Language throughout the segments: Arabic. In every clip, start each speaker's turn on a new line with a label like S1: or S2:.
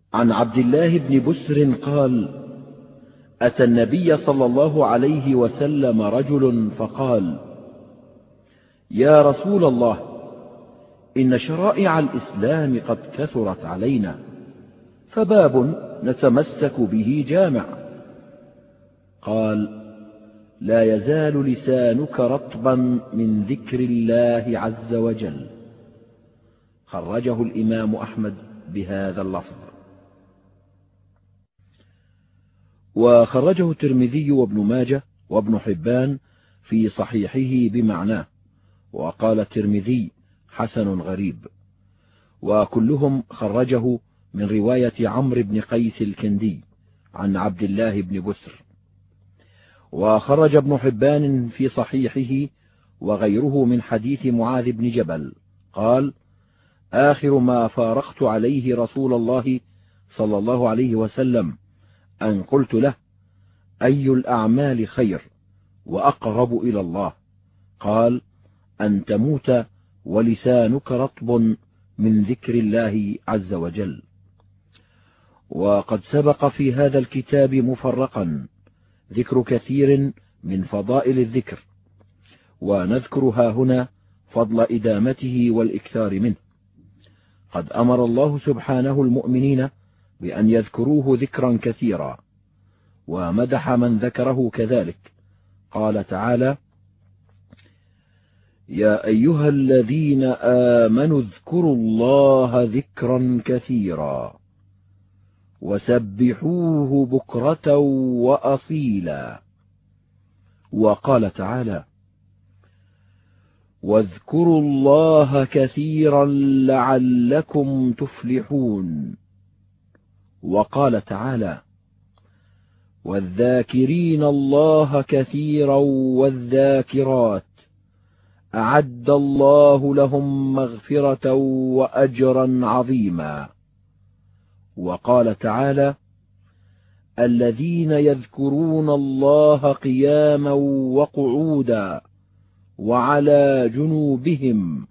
S1: عن عبد الله بن بسر قال: أتى النبي صلى الله عليه وسلم رجل فقال: يا رسول الله، إن شرائع الإسلام قد كثرت علينا، فباب نتمسك به جامع. قال: لا يزال لسانك رطبا من ذكر الله عز وجل. خرجه الإمام أحمد بهذا اللفظ. وخرجه الترمذي وابن ماجه وابن حبان في صحيحه بمعناه، وقال الترمذي: حسن غريب. وكلهم خرجه من رواية عمرو بن قيس الكندي عن عبد الله بن بسر. وخرج ابن حبان في صحيحه وغيره من حديث معاذ بن جبل قال: آخر ما فارقت عليه رسول الله صلى الله عليه وسلم أن قلت له: أي الأعمال خير وأقرب إلى الله؟ قال: أن تموت ولسانك رطب من ذكر الله عز وجل. وقد سبق في هذا الكتاب مفرقا ذكر كثير من فضائل الذكر، ونذكرها هنا فضل إدامته والإكثار منه. قد أمر الله سبحانه المؤمنين بأن يذكروه ذكرا كثيرا، ومدح من ذكره كذلك. قال تعالى: يا أيها الذين آمنوا اذكروا الله ذكرا كثيرا وسبحوه بكرة وأصيلا. وقال تعالى: واذكروا الله كثيرا لعلكم تفلحون. وقال تعالى: والذاكرين الله كثيرا والذاكرات أعد الله لهم مغفرة وأجرا عظيما. وقال تعالى: الذين يذكرون الله قياما وقعودا وعلى جنوبهم.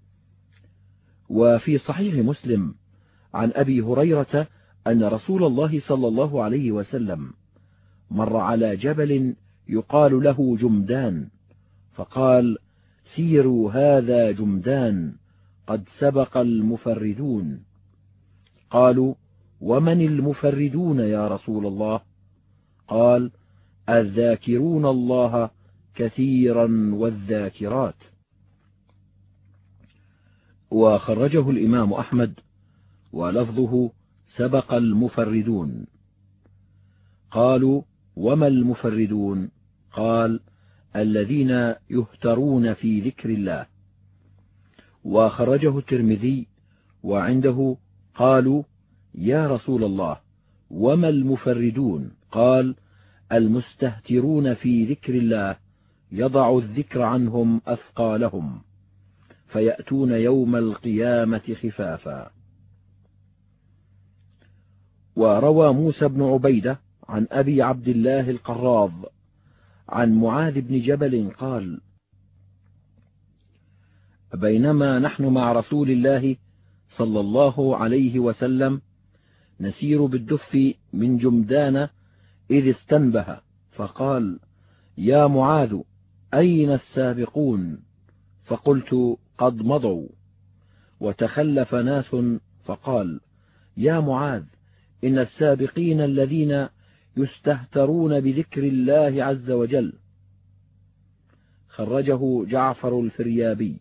S1: وفي صحيح مسلم عن أبي هريرة أن رسول الله صلى الله عليه وسلم مر على جبل يقال له جمدان، فقال: سيروا هذا جمدان، قد سبق المفردون. قالوا: ومن المفردون يا رسول الله؟ قال: الذاكرون الله كثيرا والذاكرات. وخرجه الإمام أحمد ولفظه: سبق المفردون. قالوا: وما المفردون؟ قال: الذين يهترون في ذكر الله. وخرجه الترمذي وعنده قالوا: يا رسول الله، وما المفردون؟ قال: المستهترون في ذكر الله يضع الذكر عنهم أثقالهم فيأتون يوم القيامة خفافا. وروى موسى بن عبيدة عن أبي عبد الله القراض عن معاذ بن جبل قال: بينما نحن مع رسول الله صلى الله عليه وسلم نسير بالدف من جمدان إذ استنبه فقال: يا معاذ، أين السابقون؟ فقلت: قد مضوا. وتخلف ناس فقال: يا معاذ، إن السابقين الذين يستهترون بذكر الله عز وجل. خرجه جعفر الفريابي.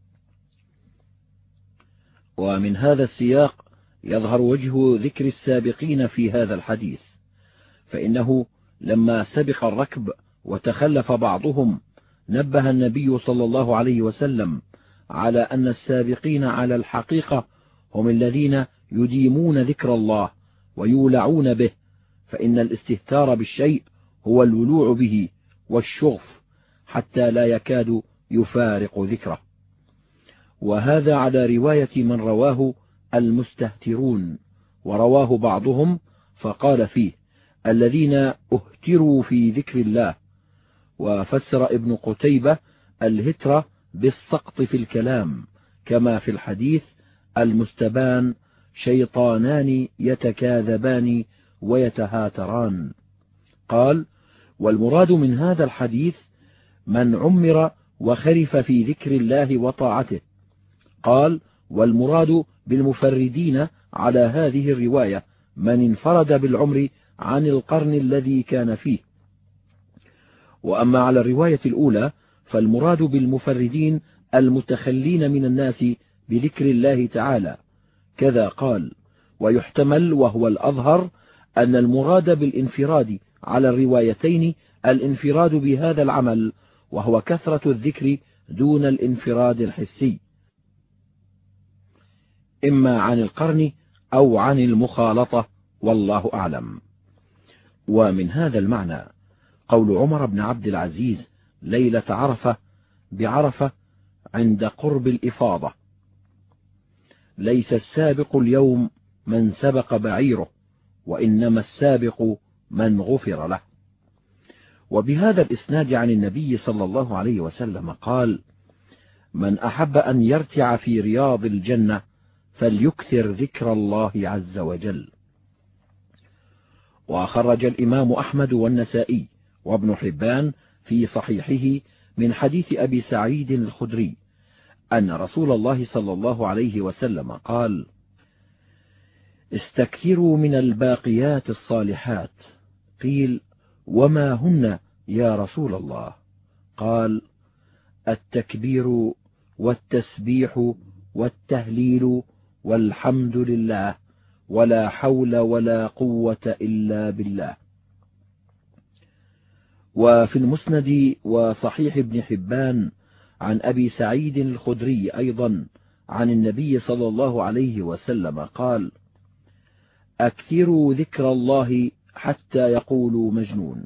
S1: ومن هذا السياق يظهر وجه ذكر السابقين في هذا الحديث، فإنه لما سبق الركب وتخلف بعضهم نبه النبي صلى الله عليه وسلم على أن السابقين على الحقيقة هم الذين يديمون ذكر الله ويولعون به، فإن الاستهتار بالشيء هو الولوع به والشغف حتى لا يكاد يفارق ذكره. وهذا على رواية من رواه المستهترون، ورواه بعضهم فقال فيه: الذين اهتروا في ذكر الله. وفسر ابن قتيبة الهتر بالسقط في الكلام، كما في الحديث: المستبان شيطانان يتكاذبان ويتهاتران. قال: والمراد من هذا الحديث من عمر وخرف في ذكر الله وطاعته. قال: والمراد بالمفردين على هذه الرواية من انفرد بالعمر عن القرن الذي كان فيه. وأما على الرواية الأولى فالمراد بالمفردين المتخلين من الناس بذكر الله تعالى. كذا قال: ويحتمل وهو الأظهر أن المراد بالانفراد على الروايتين الانفراد بهذا العمل، وهو كثرة الذكر دون الانفراد الحسي، إما عن القرن أو عن المخالطة، والله أعلم. ومن هذا المعنى قول عمر بن عبد العزيز ليلة عرفة بعرفة عند قرب الإفاضة: ليس السابق اليوم من سبق بعيره، وإنما السابق من غفر له. وبهذا الإسناد عن النبي صلى الله عليه وسلم قال: من أحب أن يرتع في رياض الجنة فليكثر ذكر الله عز وجل. وخرج الإمام أحمد والنسائي وابن حبان في صحيحه من حديث أبي سعيد الخدري أن رسول الله صلى الله عليه وسلم قال: استكثروا من الباقيات الصالحات. قيل: وما هن يا رسول الله؟ قال: التكبير والتسبيح والتهليل والحمد لله ولا حول ولا قوة إلا بالله. وفي المسند وصحيح ابن حبان عن أبي سعيد الخدري أيضا عن النبي صلى الله عليه وسلم قال: أكثروا ذكر الله حتى يقولوا مجنون.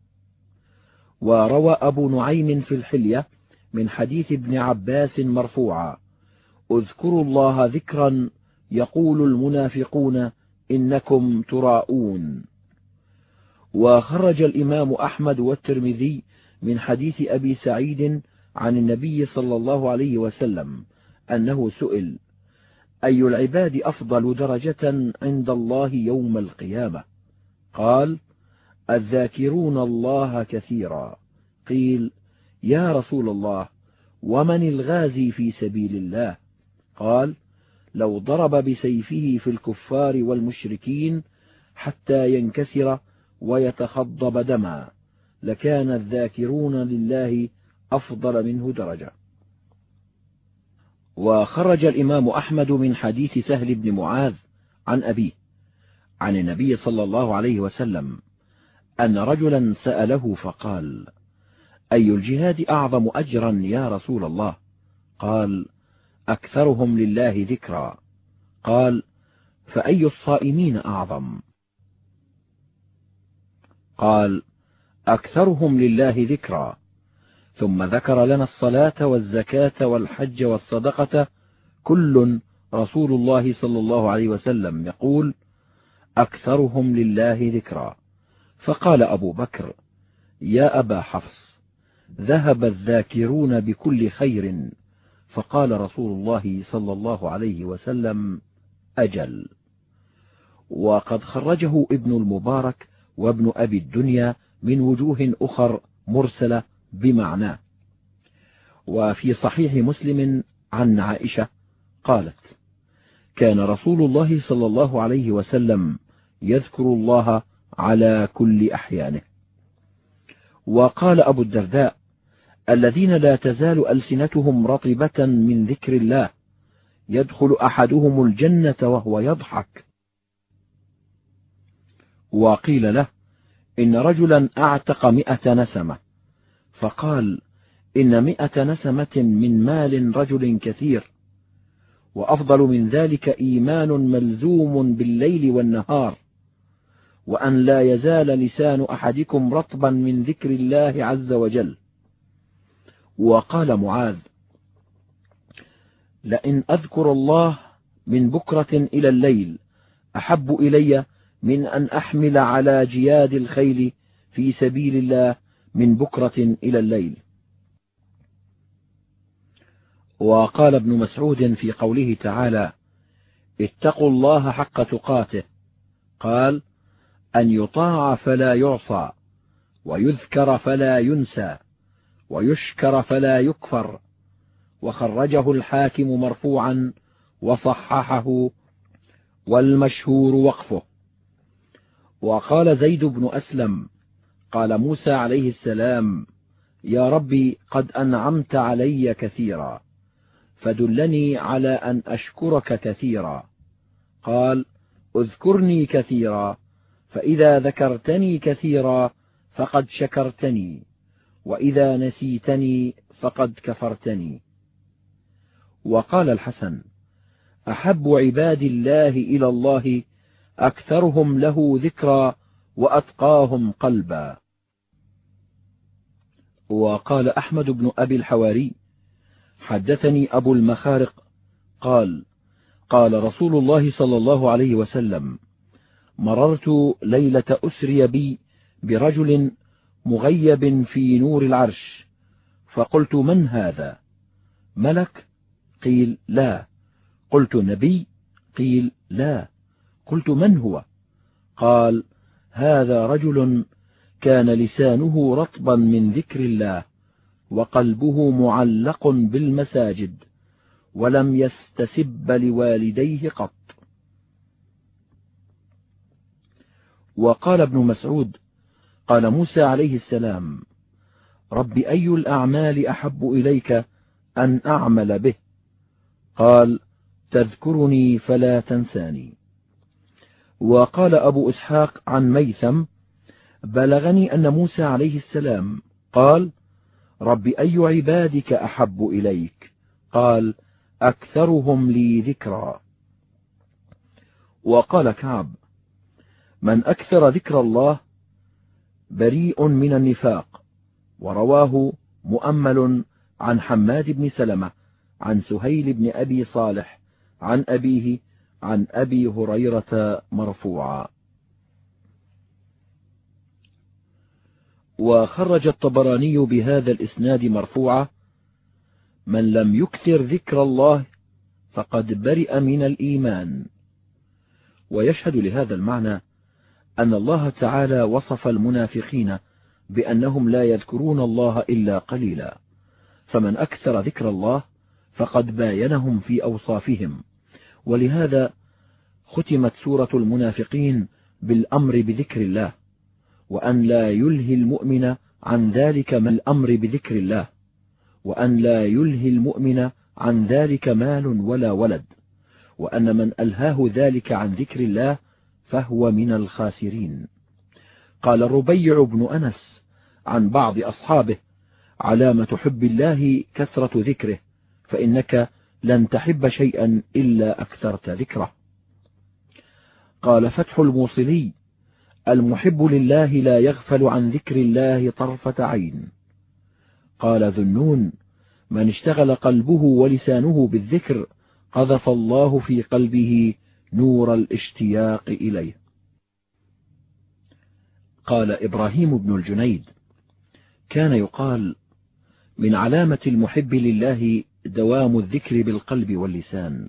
S1: وروى أبو نعيم في الحلية من حديث ابن عباس مرفوعا: اذكروا الله ذكرا يقول المنافقون إنكم تراءون. وخرج الإمام أحمد والترمذي من حديث أبي سعيد عن النبي صلى الله عليه وسلم أنه سئل: أي العباد أفضل درجة عند الله يوم القيامة؟ قال: الذاكرون الله كثيرا. قيل: يا رسول الله، ومن الغازي في سبيل الله؟ قال: لو ضرب بسيفه في الكفار والمشركين حتى ينكسر ويتخضب دما لكان الذاكرون لله أفضل منه درجة. وخرج الإمام أحمد من حديث سهل بن معاذ عن أبيه عن النبي صلى الله عليه وسلم أن رجلا سأله فقال: أي الجهاد أعظم أجرا يا رسول الله؟ قال: أكثرهم لله ذكرا. قال: فأي الصائمين أعظم؟ قال: أكثرهم لله ذكرا. ثم ذكر لنا الصلاة والزكاة والحج والصدقة، كل رسول الله صلى الله عليه وسلم يقول: أكثرهم لله ذكرا. فقال أبو بكر: يا أبا حفص، ذهب الذاكرون بكل خير. فقال رسول الله صلى الله عليه وسلم: أجل. وقد خرجه ابن المبارك وابن أبي الدنيا من وجوه أخر مرسلة بمعناه. وفي صحيح مسلم عن عائشة قالت: كان رسول الله صلى الله عليه وسلم يذكر الله على كل أحيانه. وقال أبو الدرداء: الذين لا تزال ألسنتهم رطبة من ذكر الله يدخل أحدهم الجنة وهو يضحك. وقيل له: إن رجلا أعتق 100 نسمة، فقال: إن 100 نسمة من مال رجل كثير، وأفضل من ذلك إيمان ملزوم بالليل والنهار، وأن لا يزال لسان أحدكم رطبا من ذكر الله عز وجل. وقال معاذ: لئن أذكر الله من بكرة إلى الليل أحب إلي من أن أحمل على جياد الخيل في سبيل الله من بكرة إلى الليل. وقال ابن مسعود في قوله تعالى: اتقوا الله حق تقاته. قال: أن يطاع فلا يعصى، ويذكر فلا ينسى، ويشكر فلا يكفر. وخرجه الحاكم مرفوعا وصححه، والمشهور وقفه. وقال زيد بن أسلم: قال موسى عليه السلام: يا ربي قد أنعمت علي كثيرا، فدلني على أن أشكرك كثيرا. قال: اذكرني كثيرا، فإذا ذكرتني كثيرا فقد شكرتني، وإذا نسيتني فقد كفرتني. وقال الحسن: أحب عباد الله إلى الله أكثرهم له ذكرا وأتقاهم قلبا. وقال أحمد بن أبي الحواري: حدثني أبو المخارق قال: قال رسول الله صلى الله عليه وسلم: مررت ليلة أسري بي برجل مغيب في نور العرش، فقلت: من هذا؟ ملك؟ قيل: لا. قلت: نبي؟ قيل: لا. قلت: من هو؟ قال: هذا رجل كان لسانه رطبا من ذكر الله، وقلبه معلق بالمساجد، ولم يستسب لوالديه قط. وقال ابن مسعود: قال موسى عليه السلام: رب أي الأعمال أحب إليك أن أعمل به؟ قال: تذكرني فلا تنساني. وقال أبو إسحاق عن ميثم: بلغني أن موسى عليه السلام قال: رب أي عبادك أحب إليك؟ قال: أكثرهم لي ذكرا. وقال كعب: من أكثر ذكر الله بريء من النفاق. ورواه مؤمل عن حماد بن سلمة عن سهيل بن أبي صالح عن أبيه عن أبي هريرة مرفوعا. وخرج الطبراني بهذا الإسناد مرفوعا: من لم يكثر ذكر الله فقد برئ من الإيمان. ويشهد لهذا المعنى أن الله تعالى وصف المنافقين بأنهم لا يذكرون الله إلا قليلا، فمن أكثر ذكر الله فقد باينهم في أوصافهم. ولهذا ختمت سورة المنافقين بالأمر بذكر الله، وأن لا يلهي المؤمن عن ذلك من الأمر بذكر الله، وأن لا يلهي المؤمن عن ذلك مال ولا ولد، وأن من ألهاه ذلك عن ذكر الله فهو من الخاسرين. قال الربيع بن أنس عن بعض أصحابه: علامة حب الله كثرة ذكره، فإنك لن تحب شيئا إلا أكثرت ذكره. قال فتح الموصلي: المحب لله لا يغفل عن ذكر الله طرفة عين. قال ذو النون: من اشتغل قلبه ولسانه بالذكر قذف الله في قلبه نور الاشتياق إليه. قال إبراهيم بن الجنيد: كان يقال: من علامة المحب لله دوام الذكر بالقلب واللسان.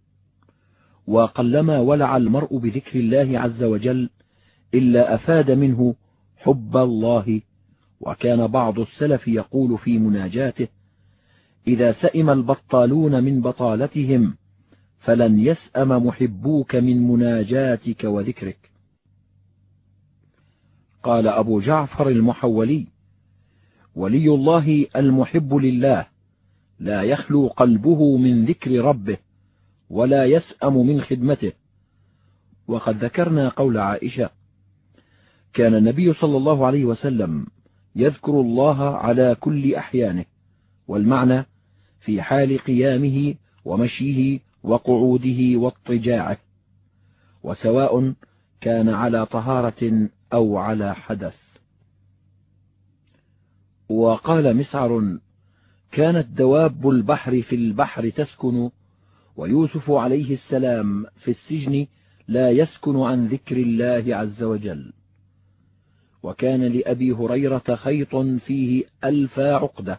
S1: وقلما ولع المرء بذكر الله عز وجل إلا أفاد منه حب الله. وكان بعض السلف يقول في مناجاته: إذا سئم البطالون من بطالتهم فلن يسأم محبوك من مناجاتك وذكرك. قال أبو جعفر المحولي: ولي الله المحب لله لا يخلو قلبه من ذكر ربه ولا يسأم من خدمته. وقد ذكرنا قول عائشة: كان النبي صلى الله عليه وسلم يذكر الله على كل أحيانه، والمعنى في حال قيامه ومشيه وقعوده واضطجاعه، وسواء كان على طهارة أو على حدث. وقال مسعر: كانت دواب البحر في البحر تسكن، ويوسف عليه السلام في السجن لا يسكن عن ذكر الله عز وجل. وكان لأبي هريرة خيط فيه 1000 عقدة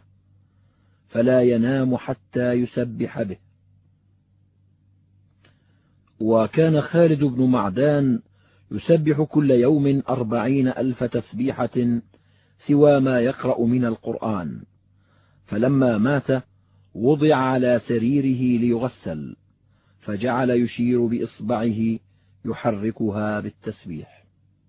S1: فلا ينام حتى يسبح به. وكان خالد بن معدان يسبح كل يوم 40,000 تسبيحة سوى ما يقرأ من القرآن، فلما مات وضع على سريره ليغسل، فجعل يشير بإصبعه يحركها بالتسبيح.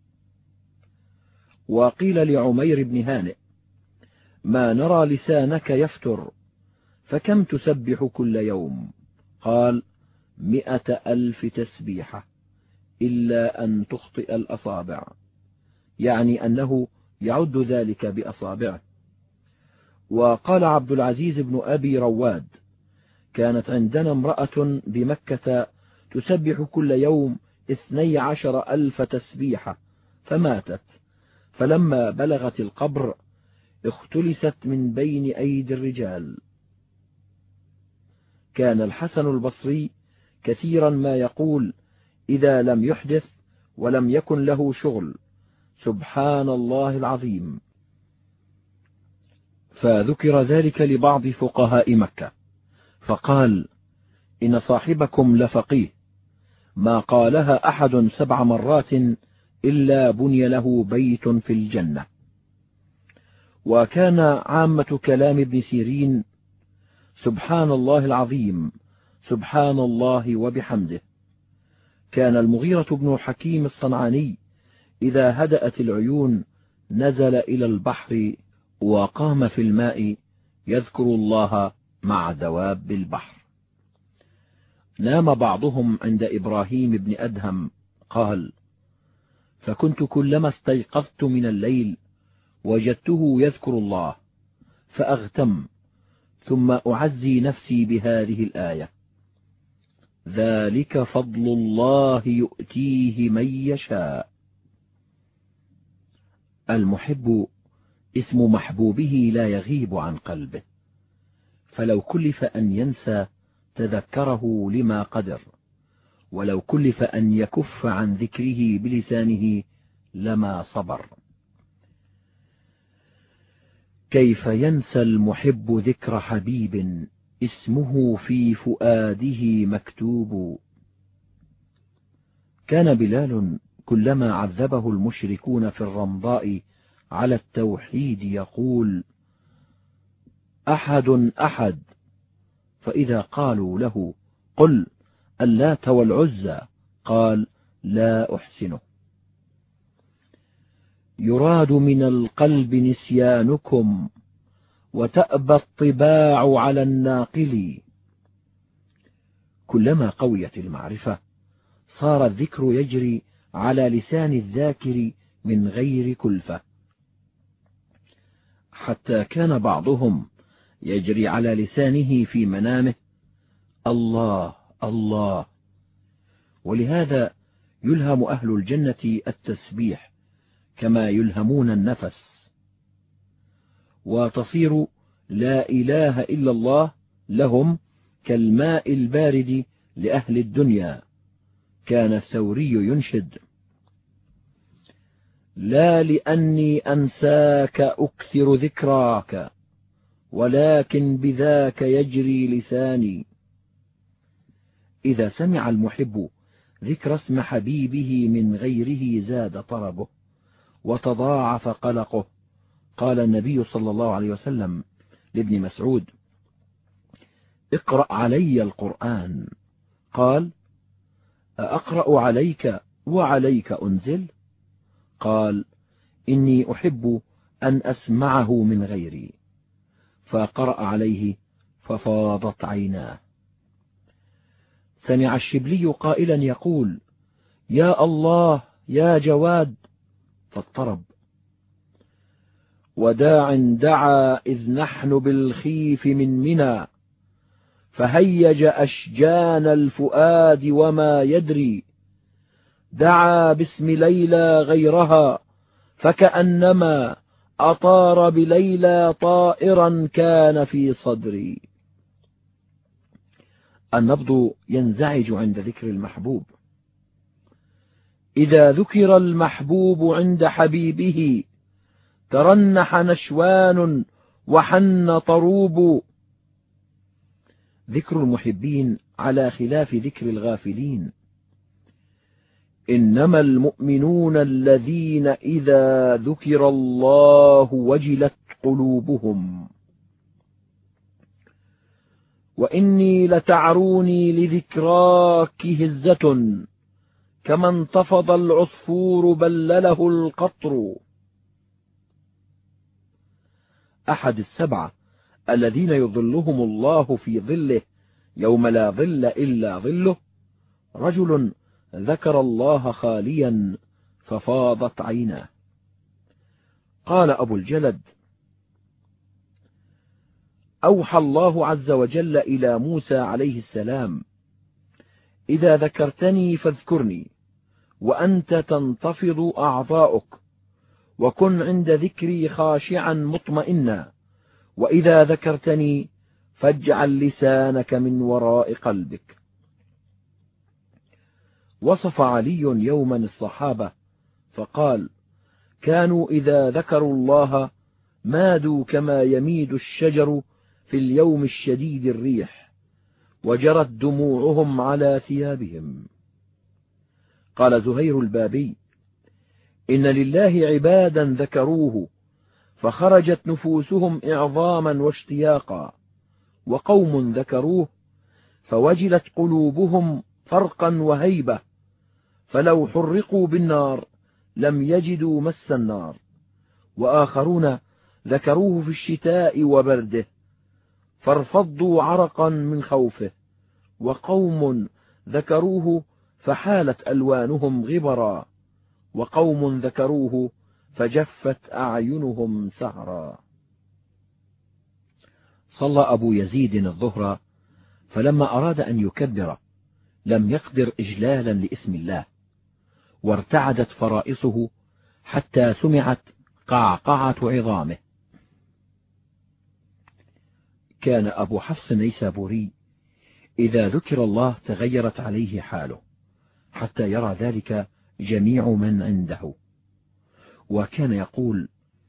S1: وقيل لعمير بن هانئ: ما نرى لسانك يفتر، فكم تسبح كل يوم؟ قال: 100,000 تسبيحة إلا أن تخطئ الأصابع، يعني أنه يعد ذلك بأصابعه. وقال عبد العزيز بن أبي رواد: كانت عندنا امرأة بمكة تسبح كل يوم 12,000 تسبيحة، فماتت، فلما بلغت القبر اختلست من بين أيدي الرجال. كان الحسن البصري كثيرا ما يقول إذا لم يحدث ولم يكن له شغل: سبحان الله العظيم. فذكر ذلك لبعض فقهاء مكة، فقال: إن صاحبكم لفقيه، ما قالها أحد 7 مرات إلا بني له بيت في الجنة. وكان عامة كلام ابن سيرين: سبحان الله العظيم، سبحان الله وبحمده. كان المغيرة بن حكيم الصنعاني إذا هدأت العيون نزل إلى البحر وقام في الماء يذكر الله مع دواب البحر. نام بعضهم عند إبراهيم بن أدهم قال: فكنت كلما استيقظت من الليل وجدته يذكر الله فأغتم، ثم أعزي نفسي بهذه الآية: ذلك فضل الله يؤتيه من يشاء. المحب اسم محبوبه لا يغيب عن قلبه، فلو كلف أن ينسى تذكره لما قدر، ولو كلف أن يكف عن ذكره بلسانه لما صبر. كيف ينسى المحب ذكر حبيب اسمه في فؤاده مكتوب. كان بلال كلما عذبه المشركون في الرمضاء على التوحيد يقول: أحد أحد، فإذا قالوا له: قل اللات والعزى، قال: لا أحسنه. يراد من القلب نسيانكم، وتأبى الطباع على الناقل. كلما قويت المعرفة صار الذكر يجري على لسان الذاكر من غير كلفة، حتى كان بعضهم يجري على لسانه في منامه: الله الله. ولهذا يلهم أهل الجنة التسبيح كما يلهمون النفس، وتصير لا إله إلا الله لهم كالماء البارد لأهل الدنيا. كان الثوري ينشد: لا لأني أنساك أكثر ذكراك، ولكن بذاك يجري لساني. إذا سمع المحب ذكر اسم حبيبه من غيره زاد طربه وتضاعف قلقه. قال النبي صلى الله عليه وسلم لابن مسعود: اقرأ علي القرآن. قال: أقرأ عليك وعليك أنزل؟ قال: إني أحب أن أسمعه من غيري. فقرأ عليه ففاضت عيناه. سمع الشبلي قائلا يقول: يا الله يا جواد، فاضطرب. وداع دعا إذ نحن بالخيف من منى، فهيج أشجان الفؤاد وما يدري. دعا باسم ليلى غيرها، فكأنما أطار بليلى طائرا كان في صدري. النبض ينزعج عند ذكر المحبوب. إذا ذكر المحبوب عند حبيبه ترنح نشوان وحن طروب. ذكر المحبين على خلاف ذكر الغافلين، إنما المؤمنون الذين إذا ذكر الله وجلت قلوبهم وإني لتعروني لذكراك هزة كما انتفض العصفور بلله القطر. أحد السبعة الذين يظلهم الله في ظله يوم لا ظل إلا ظله رجل ذكر الله خاليا ففاضت عيناه. قال أبو الجلد: أوحى الله عز وجل إلى موسى عليه السلام: إذا ذكرتني فاذكرني وأنت تنتفض أعضاؤك، وكن عند ذكري خاشعا مطمئنا، وإذا ذكرتني فاجعل لسانك من وراء قلبك. وصف علي يوما الصحابة فقال: كانوا إذا ذكروا الله مادوا كما يميد الشجر في اليوم الشديد الريح، وجرت دموعهم على ثيابهم. قال زهير البابي: إن لله عبادا ذكروه فخرجت نفوسهم إعظاما واشتياقا، وقوم ذكروه فوجلت قلوبهم فرقا وهيبة، فلو حرقوا بالنار لم يجدوا مس النار. وآخرون ذكروه في الشتاء وبرده فارفضوا عرقا من خوفه، وقوم ذكروه فحالت ألوانهم غبرا، وقوم ذكروه فجفت أعينهم سهرا. صلى أبو يزيد الظهر، فلما أراد أن يكبر لم يقدر إجلالا لاسم الله، وارتعدت فرائصه حتى سمعت قعقعة عظامه. كان أبو حفص النيسابوري إذا ذكر الله تغيرت عليه حاله حتى يرى ذلك جميع من عنده، وكان يقول: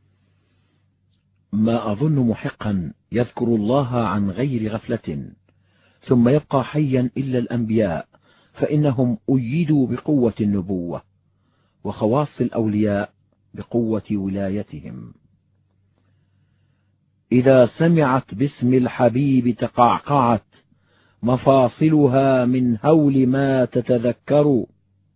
S1: ما أظن محقا يذكر الله عن غير غفلة ثم يبقى حيا إلا الأنبياء، فإنهم أيدوا بقوة النبوة، وخواص الأولياء بقوة ولايتهم. إذا سمعت باسم الحبيب تقعقعت مفاصلها من هول ما تتذكر.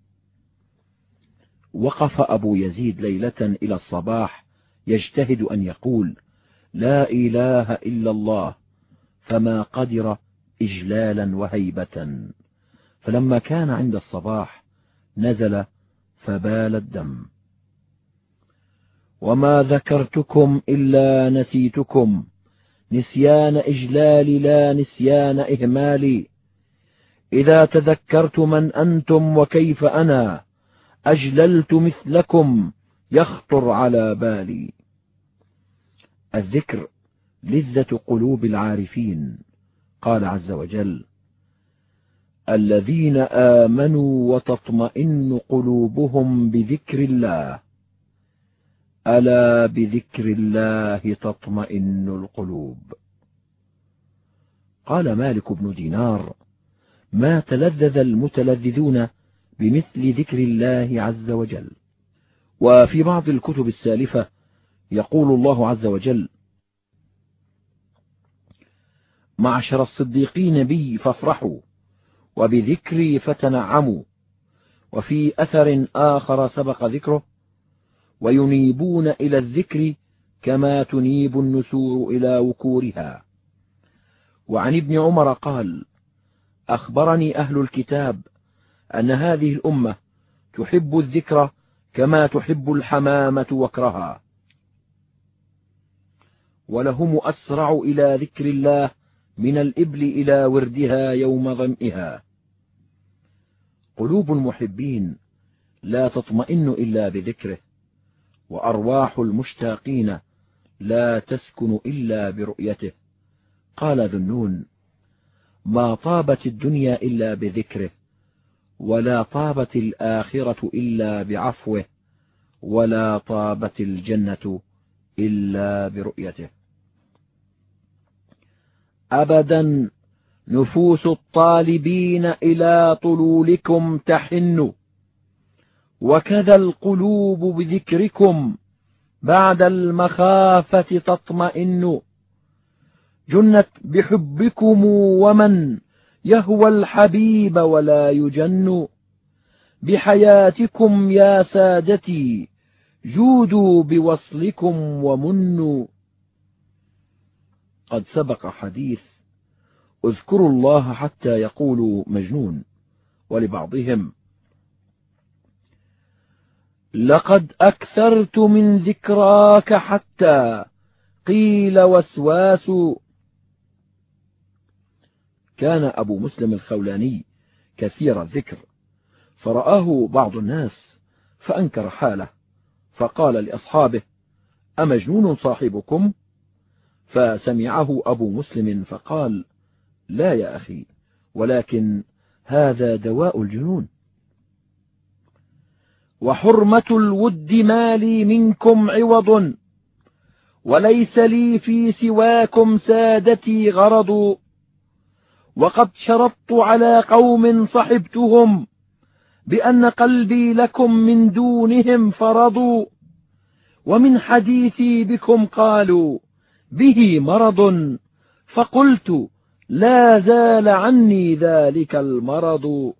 S1: وقف أبو يزيد ليلة إلى الصباح يجتهد أن يقول: لا إله إلا الله، فما قدر إجلالا وهيبة، فلما كان عند الصباح نزل فبال الدم. وما ذكرتكم إلا نسيتكم، نسيان إجلال لا نسيان إهمال. إذا تذكرت من أنتم وكيف أنا أجللت مثلكم يخطر على بالي. الذكر لذة قلوب العارفين. قال عز وجل: الذين آمنوا وتطمئن قلوبهم بذكر الله، ألا بذكر الله تطمئن القلوب. قال مالك بن دينار: ما تلذذ المتلذذون بمثل ذكر الله عز وجل. وفي بعض الكتب السالفة يقول الله عز وجل: معشر الصديقين بي فافرحوا، وبذكري فتنعموا. وفي أثر آخر سبق ذكره: وينيبون إلى الذكر كما تنيب النسور إلى وكورها. وعن ابن عمر قال: أخبرني أهل الكتاب أن هذه الأمة تحب الذكر كما تحب الحمامة وكرها، ولهم أسرع إلى ذكر الله من الإبل إلى وردها يوم ظمئها. قلوب المحبين لا تطمئن إلا بذكره، وأرواح المشتاقين لا تسكن إلا برؤيته. قال ذو النون: ما طابت الدنيا إلا بذكره، ولا طابت الآخرة إلا بعفوه، ولا طابت الجنة إلا برؤيته. أبدا نفوس الطالبين إلى طلولكم تحن، وكذا القلوب بذكركم بعد المخافة تطمئن، جنت بحبكم ومن يهوى الحبيب ولا يجن، بحياتكم يا سادتي جودوا بوصلكم ومنوا. قد سبق حديث اذكروا الله حتى يقولوا مجنون، ولبعضهم لقد أكثرت من ذكراك حتى قيل وسواس. كان أبو مسلم الخولاني كثير الذكر، فرآه بعض الناس فأنكر حاله، فقال لأصحابه أمجنون صاحبكم؟ فسمعه أبو مسلم فقال لا يا أخي، ولكن هذا دواء الجنون. وحرمة الود ما لي منكم عوض، وليس لي في سواكم سادتي غرض، وقد شرطت على قوم صحبتهم بأن قلبي لكم من دونهم فرضوا، ومن حديثي بكم قالوا به مرض، فقلت لا زال عني ذلك المرض.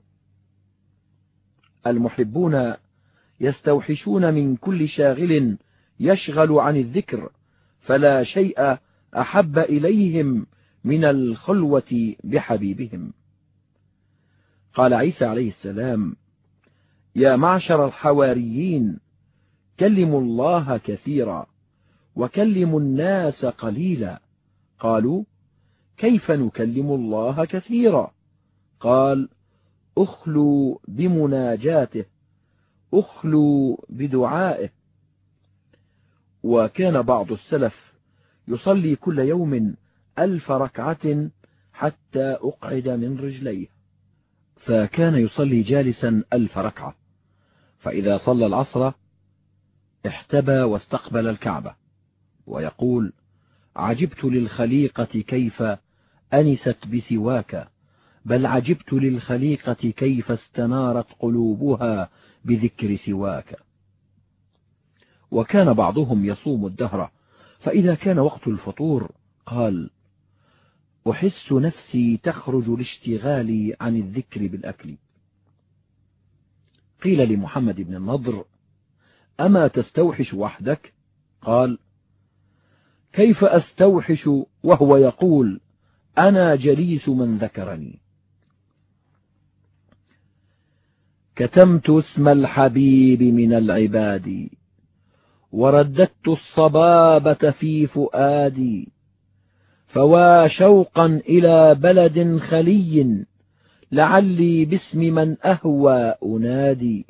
S1: المحبون يستوحشون من كل شاغل يشغل عن الذكر، فلا شيء أحب إليهم من الخلوة بحبيبهم. قال عيسى عليه السلام يا معشر الحواريين كلموا الله كثيرا وكلموا الناس قليلا. قالوا كيف نكلم الله كثيرا؟ قال أخلوا بمناجاته، أخلوا بدعائه. وكان بعض السلف يصلي كل يوم 1000 ركعة حتى أقعد من رجليه، فكان يصلي جالسا 1000 ركعة، فإذا صلى العصر احتبى واستقبل الكعبة ويقول عجبت للخليقة كيف أنست بسواك، بل عجبت للخليقة كيف استنارت قلوبها بذكر سواك. وكان بعضهم يصوم الدهر، فإذا كان وقت الفطور قال أحس نفسي تخرج لاشتغالي عن الذكر بالأكل. قيل لمحمد بن النضر أما تستوحش وحدك؟ قال كيف أستوحش وهو يقول أنا جليس من ذكرني. كتمت اسم الحبيب من العباد، ورددت الصبابة في فؤادي، فوا شوقا إلى بلد خلي، لعلي باسم من أهوى أنادي.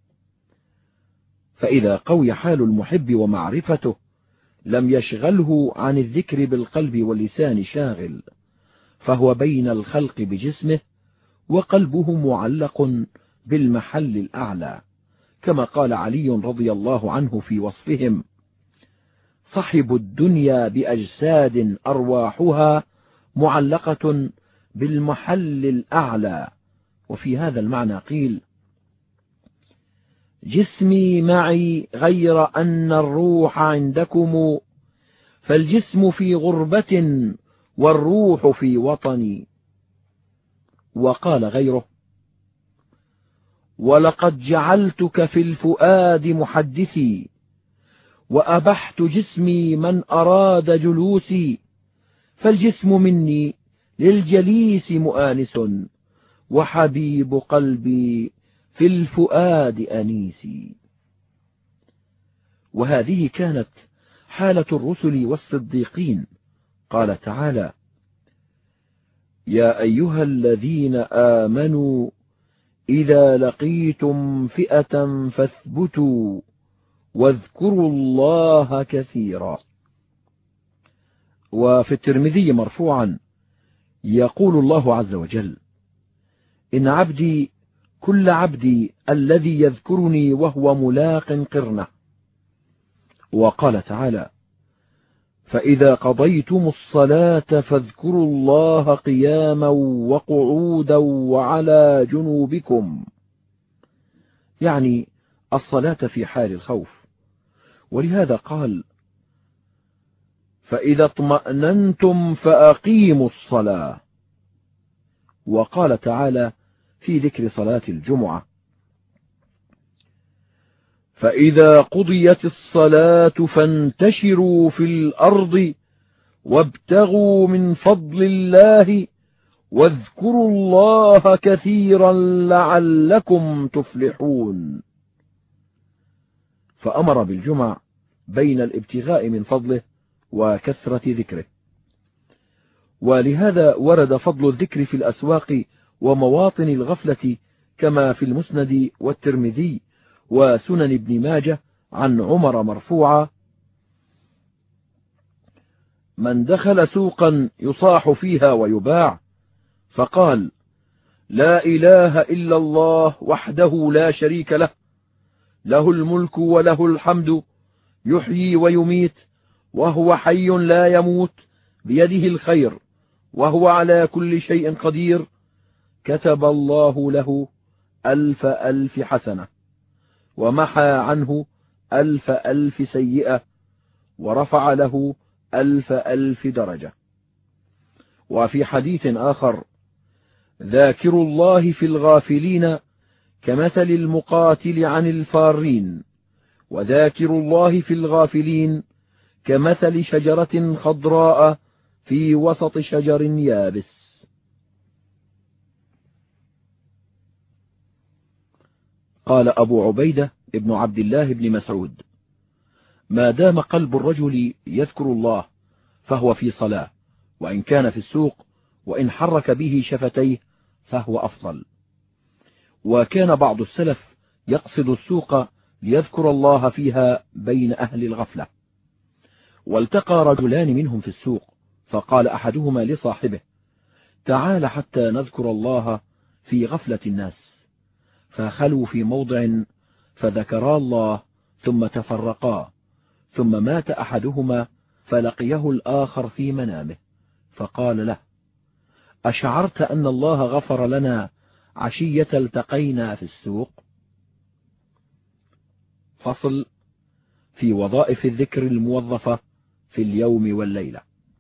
S1: فإذا قوي حال المحب ومعرفته لم يشغله عن الذكر بالقلب واللسان شاغل، فهو بين الخلق بجسمه وقلبه معلق بالمحل الأعلى، كما قال علي رضي الله عنه في وصفهم صحبوا الدنيا بأجساد أرواحها معلقة بالمحل الأعلى. وفي هذا المعنى قيل جسمي معي غير أن الروح عندكم، فالجسم في غربة والروح في وطني. وقال غيره ولقد جعلتك في الفؤاد محدثي، وأبحت جسمي من أراد جلوسي، فالجسم مني للجليس مؤانس، وحبيب قلبي في الفؤاد أنيسي. وهذه كانت حالة الرسل والصديقين. قال تعالى يا أيها الذين آمنوا إذا لقيتم فئة فاثبتوا واذكروا الله كثيرا. وفي الترمذي مرفوعا يقول الله عز وجل إن عبدي كل عبدي الذي يذكرني وهو ملاق قرنه. وقال تعالى فإذا قضيتم الصلاة فاذكروا الله قياما وقعودا وعلى جنوبكم، يعني الصلاة في حال الخوف، ولهذا قال: فإذا اطمأننتم فأقيموا الصلاة. وقال تعالى في ذكر صلاة الجمعة: فإذا قضيت الصلاة فانتشروا في الأرض وابتغوا من فضل الله واذكروا الله كثيرا لعلكم تفلحون. فأمر بالجمع بين الابتغاء من فضله وكثرة ذكره. ولهذا ورد فضل الذكر في الأسواق ومواطن الغفلة، كما في المسند والترمذي وسنن ابن ماجه عن عمر مرفوعا: من دخل سوقا يصاح فيها ويباع فقال: لا إله إلا الله وحده لا شريك له، له الملك وله الحمد، يحيي ويميت وهو حي لا يموت، بيده الخير وهو على كل شيء قدير، كتب الله له 1000 حسنة، ومحى عنه 1000 سيئة، ورفع له 1000 درجة. وفي حديث آخر: ذاكر الله في الغافلين كمثل المقاتل عن الفارين، وذاكر الله في الغافلين كمثل شجرة خضراء في وسط شجر يابس. قال أبو عبيدة ابن عبد الله بن مسعود: ما دام قلب الرجل يذكر الله فهو في صلاة، وإن كان في السوق، وإن حرك به شفتيه فهو أفضل. وكان بعض السلف يقصد السوق ليذكر الله فيها بين أهل الغفلة. والتقى رجلان منهم في السوق، فقال أحدهما لصاحبه: تعال حتى نذكر الله في غفلة الناس. فخلوا في موضع فذكرا الله ثم تفرقا، ثم مات أحدهما فلقيه الآخر في منامه فقال له: أشعرت أن الله غفر لنا عشية التقينا في السوق؟ فصل في وظائف الذكر الموظفة في اليوم والليلة.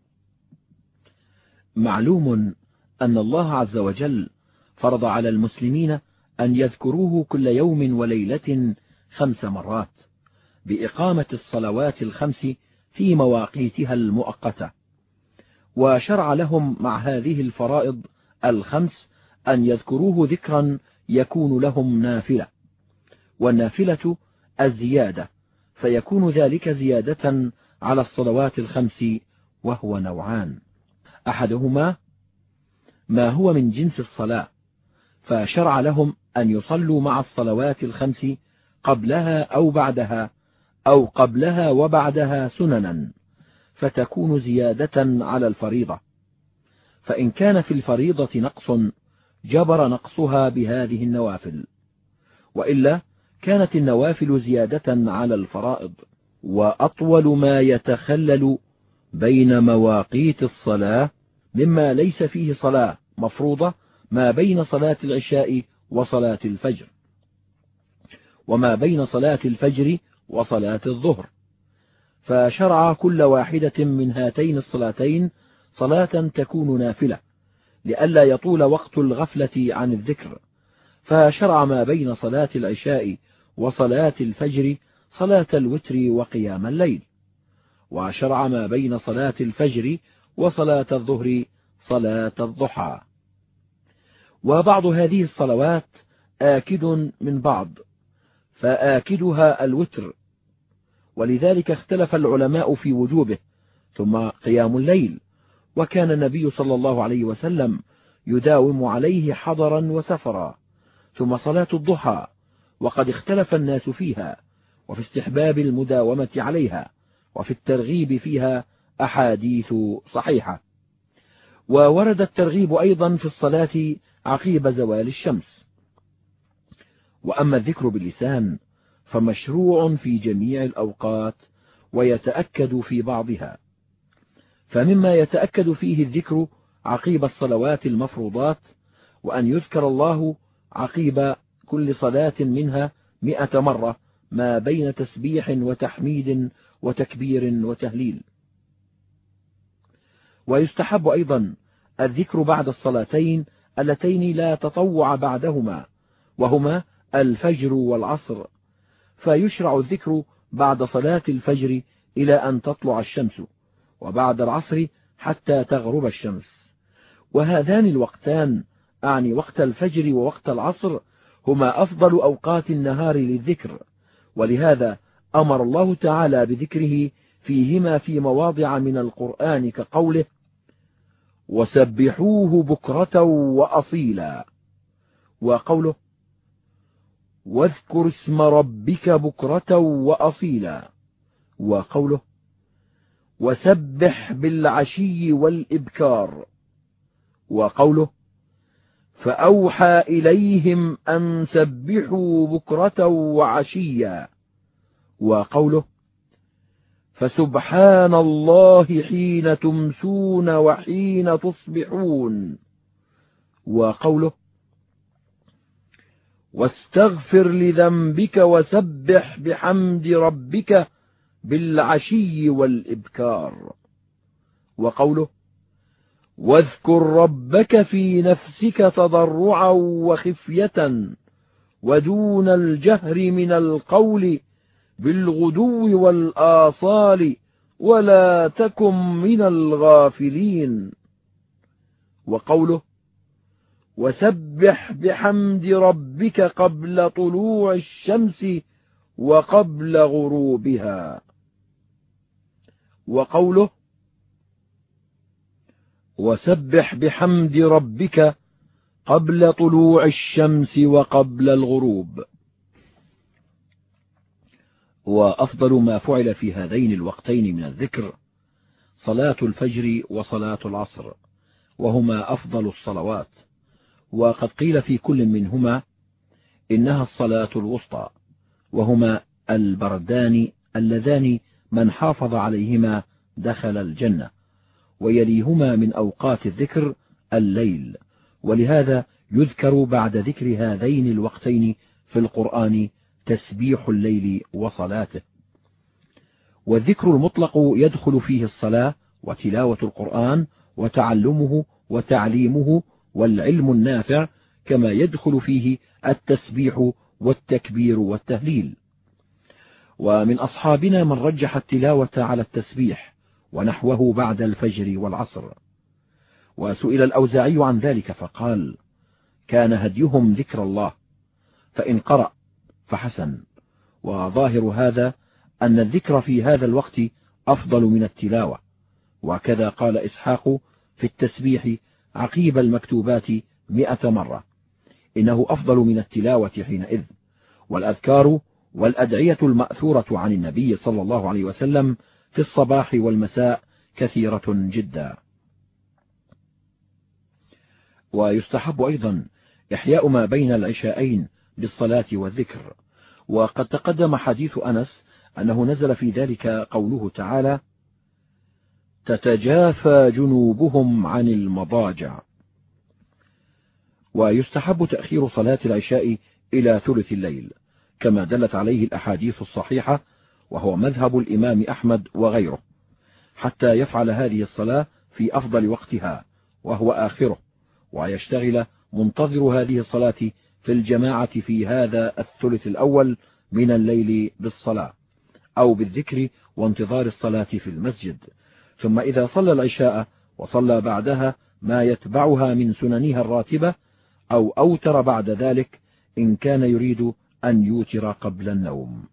S1: معلوم أن الله عز وجل فرض على المسلمين أن يذكروه كل يوم وليلة 5 مرات، بإقامة الصلوات ال5 في مواقيتها المؤقتة. وشرع لهم مع هذه الفرائض ال5 أن يذكروه ذكرا يكون لهم نافلة، والنافلة الزيادة، فيكون ذلك زيادة على الصلوات ال5، وهو نوعان: أحدهما ما هو من جنس الصلاة، فشرع لهم أن يصلوا مع الصلوات ال5 قبلها أو بعدها، أو قبلها وبعدها سننا، فتكون زيادة على الفريضة. فإن كان في الفريضة نقص جبر نقصها بهذه النوافل، وإلا كانت النوافل زيادة على الفرائض. وأطول ما يتخلل بين مواقيت الصلاة مما ليس فيه صلاة مفروضة ما بين صلاة العشاء وصلاة الفجر، وما بين صلاة الفجر وصلاة الظهر، فشرع كل واحدة من هاتين الصلاتين صلاة تكون نافلة لئلا يطول وقت الغفلة عن الذكر، فشرع ما بين صلاة العشاء وصلاة الفجر صلاة الوتر وقيام الليل، وشرع ما بين صلاة الفجر وصلاة الظهر صلاة الضحى. وبعض هذه الصلوات آكد من بعض، فآكدها الوتر، ولذلك اختلف العلماء في وجوبه. ثم قيام الليل، وكان النبي صلى الله عليه وسلم يداوم عليه حضرا وسفرا. ثم صلاة الضحى، وقد اختلف الناس فيها، وفي استحباب المداومة عليها، وفي الترغيب فيها أحاديث صحيحة. وورد الترغيب أيضا في الصلاة عقيب زوال الشمس. وأما الذكر باللسان فمشروع في جميع الأوقات، ويتأكد في بعضها. فمما يتأكد فيه الذكر عقيب الصلوات المفروضات، وأن يذكر الله عقيب كل صلاة منها 100 مرة، ما بين تسبيح وتحميد وتكبير وتهليل. ويستحب أيضا الذكر بعد الصلاتين اللتين لا تطوع بعدهما، وهما الفجر والعصر، فيشرع الذكر بعد صلاة الفجر إلى أن تطلع الشمس، وبعد العصر حتى تغرب الشمس. وهذان الوقتان، أعني وقت الفجر ووقت العصر، هما أفضل أوقات النهار للذكر، ولهذا أمر الله تعالى بذكره فيهما في مواضع من القرآن كقوله: وسبحوه بكرة وأصيلا، وقوله: واذكر اسم ربك بكرة وأصيلا، وقوله: وسبح بالعشي والإبكار، وقوله: فأوحى إليهم أن سبحوا بكرة وعشيا، وقوله: فسبحان الله حين تمسون وحين تصبحون، وقوله: واستغفر لذنبك وسبح بحمد ربك بالعشي والإبكار، وقوله: واذكر ربك في نفسك تضرعا وخفية ودون الجهر من القول بالغدو والآصال ولا تكن من الغافلين، وقوله: وسبح بحمد ربك قبل طلوع الشمس وقبل غروبها، وقوله: وسبح بحمد ربك قبل طلوع الشمس وقبل الغروب. وأفضل ما فعل في هذين الوقتين من الذكر صلاة الفجر وصلاة العصر، وهما أفضل الصلوات، وقد قيل في كل منهما إنها الصلاة الوسطى، وهما البردان اللذان من حافظ عليهما دخل الجنة. ويليهما من أوقات الذكر الليل، ولهذا يذكر بعد ذكر هذين الوقتين في القرآن تسبيح الليل وصلاته. والذكر المطلق يدخل فيه الصلاة وتلاوة القرآن وتعلمه وتعليمه والعلم النافع، كما يدخل فيه التسبيح والتكبير والتهليل. ومن أصحابنا من رجح التلاوة على التسبيح ونحوه بعد الفجر والعصر. وسئل الأوزاعي عن ذلك فقال: كان هديهم ذكر الله، فإن قرأ فحسن. وظاهر هذا أن الذكر في هذا الوقت أفضل من التلاوة. وكذا قال إسحاق في التسبيح عقيب المكتوبات 100 مرة: إنه أفضل من التلاوة حينئذ. والأذكار والأدعية المأثورة عن النبي صلى الله عليه وسلم في الصباح والمساء كثيرة جدا. ويستحب أيضا إحياء ما بين العشاءين بالصلاة والذكر. وقد تقدم حديث أنس أنه نزل في ذلك قوله تعالى: تتجافى جنوبهم عن المضاجع. ويستحب تأخير صلاة العشاء إلى ثلث الليل كما دلت عليه الأحاديث الصحيحة، وهو مذهب الإمام أحمد وغيره، حتى يفعل هذه الصلاة في أفضل وقتها وهو آخره، ويشتغل منتظر هذه الصلاة في الجماعة في هذا الثلث الأول من الليل بالصلاة أو بالذكر وانتظار الصلاة في المسجد. ثم إذا صلى العشاء وصلى بعدها ما يتبعها من سننها الراتبة، أو أوتر بعد ذلك إن كان يريد أن يوتر قبل النوم.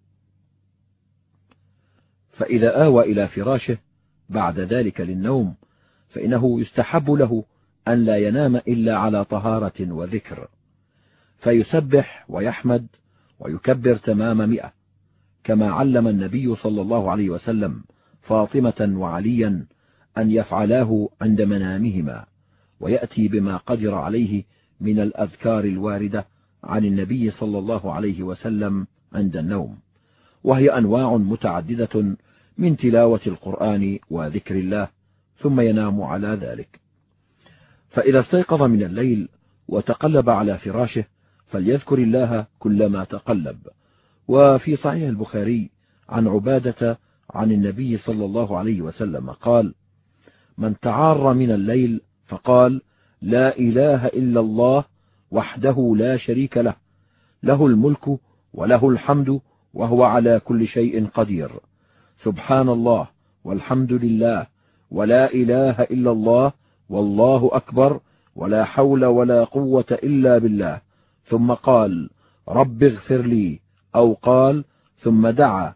S1: فإذا آوى إلى فراشه بعد ذلك للنوم، فإنه يستحب له أن لا ينام إلا على طهارة وذكر، فيسبح ويحمد ويكبر تمام 100، كما علم النبي صلى الله عليه وسلم فاطمة وعليا أن يفعلاه عند منامهما، ويأتي بما قدر عليه من الأذكار الواردة عن النبي صلى الله عليه وسلم عند النوم، وهي أنواع متعددة من تلاوة القرآن وذكر الله، ثم ينام على ذلك. فإذا استيقظ من الليل وتقلب على فراشه فليذكر الله كلما تقلب، وفي صحيح البخاري عن عبادة عن النبي صلى الله عليه وسلم قال: من تعار من الليل فقال: لا إله إلا الله وحده لا شريك له، له الملك وله الحمد وهو على كل شيء قدير، سبحان الله والحمد لله ولا إله إلا الله والله أكبر ولا حول ولا قوة إلا بالله، ثم قال: رب اغفر لي، أو قال ثم دعا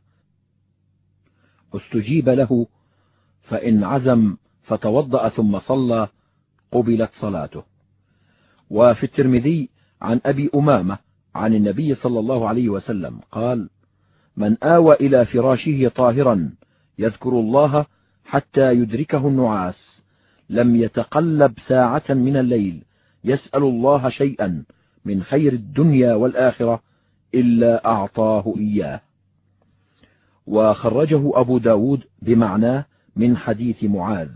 S1: استجيب له، فإن عزم فتوضأ ثم صلى قبلت صلاته. وفي الترمذي عن أبي أمامة عن النبي صلى الله عليه وسلم قال: من آوى إلى فراشه طاهرا يذكر الله حتى يدركه النعاس لم يتقلب ساعة من الليل يسأل الله شيئا من خير الدنيا والآخرة إلا أعطاه إياه. وخرجه أبو داود بمعناه من حديث معاذ.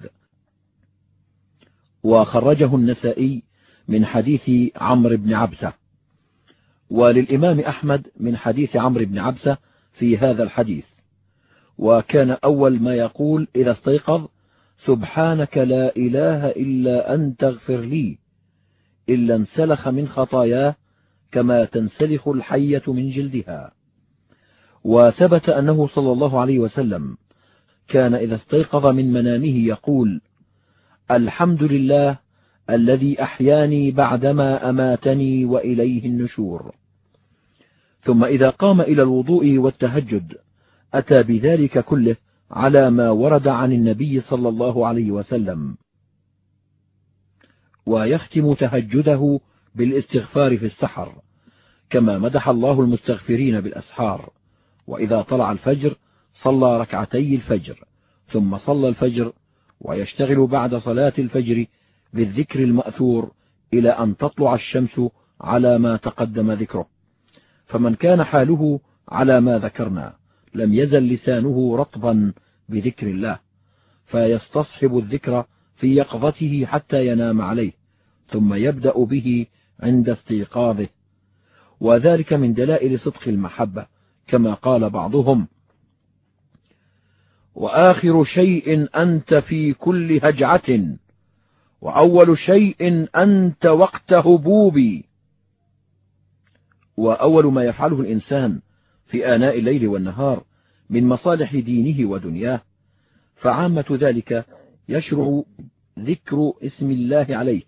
S1: وخرجه النسائي من حديث عمرو بن عبسة. وللإمام أحمد من حديث عمرو بن عبسة في هذا الحديث: وكان أول ما يقول إذا استيقظ: سبحانك لا إله إلا أنت اغفر لي، إلا انسلخ من خطاياه كما تنسلخ الحية من جلدها. وثبت أنه صلى الله عليه وسلم كان إذا استيقظ من منامه يقول: الحمد لله الذي أحياني بعدما أماتني وإليه النشور. ثم إذا قام إلى الوضوء والتهجد أتى بذلك كله على ما ورد عن النبي صلى الله عليه وسلم. ويختم تهجده بالاستغفار في السحر، كما مدح الله المستغفرين بالأسحار. وإذا طلع الفجر صلى ركعتي الفجر ثم صلى الفجر، ويشتغل بعد صلاة الفجر بالذكر المأثور إلى أن تطلع الشمس على ما تقدم ذكره. فمن كان حاله على ما ذكرنا لم يزل لسانه رطبا بذكر الله، فيستصحب الذكر في يقظته حتى ينام عليه، ثم يبدأ به عند استيقاظه. وذلك من دلائل صدق المحبة، كما قال بعضهم: وآخر شيء أنت في كل هجعة، وأول شيء أنت وقت هبوبي. وأول ما يفعله الإنسان في آناء الليل والنهار من مصالح دينه ودنياه، فعامة ذلك يشرع ذكر اسم الله عليه،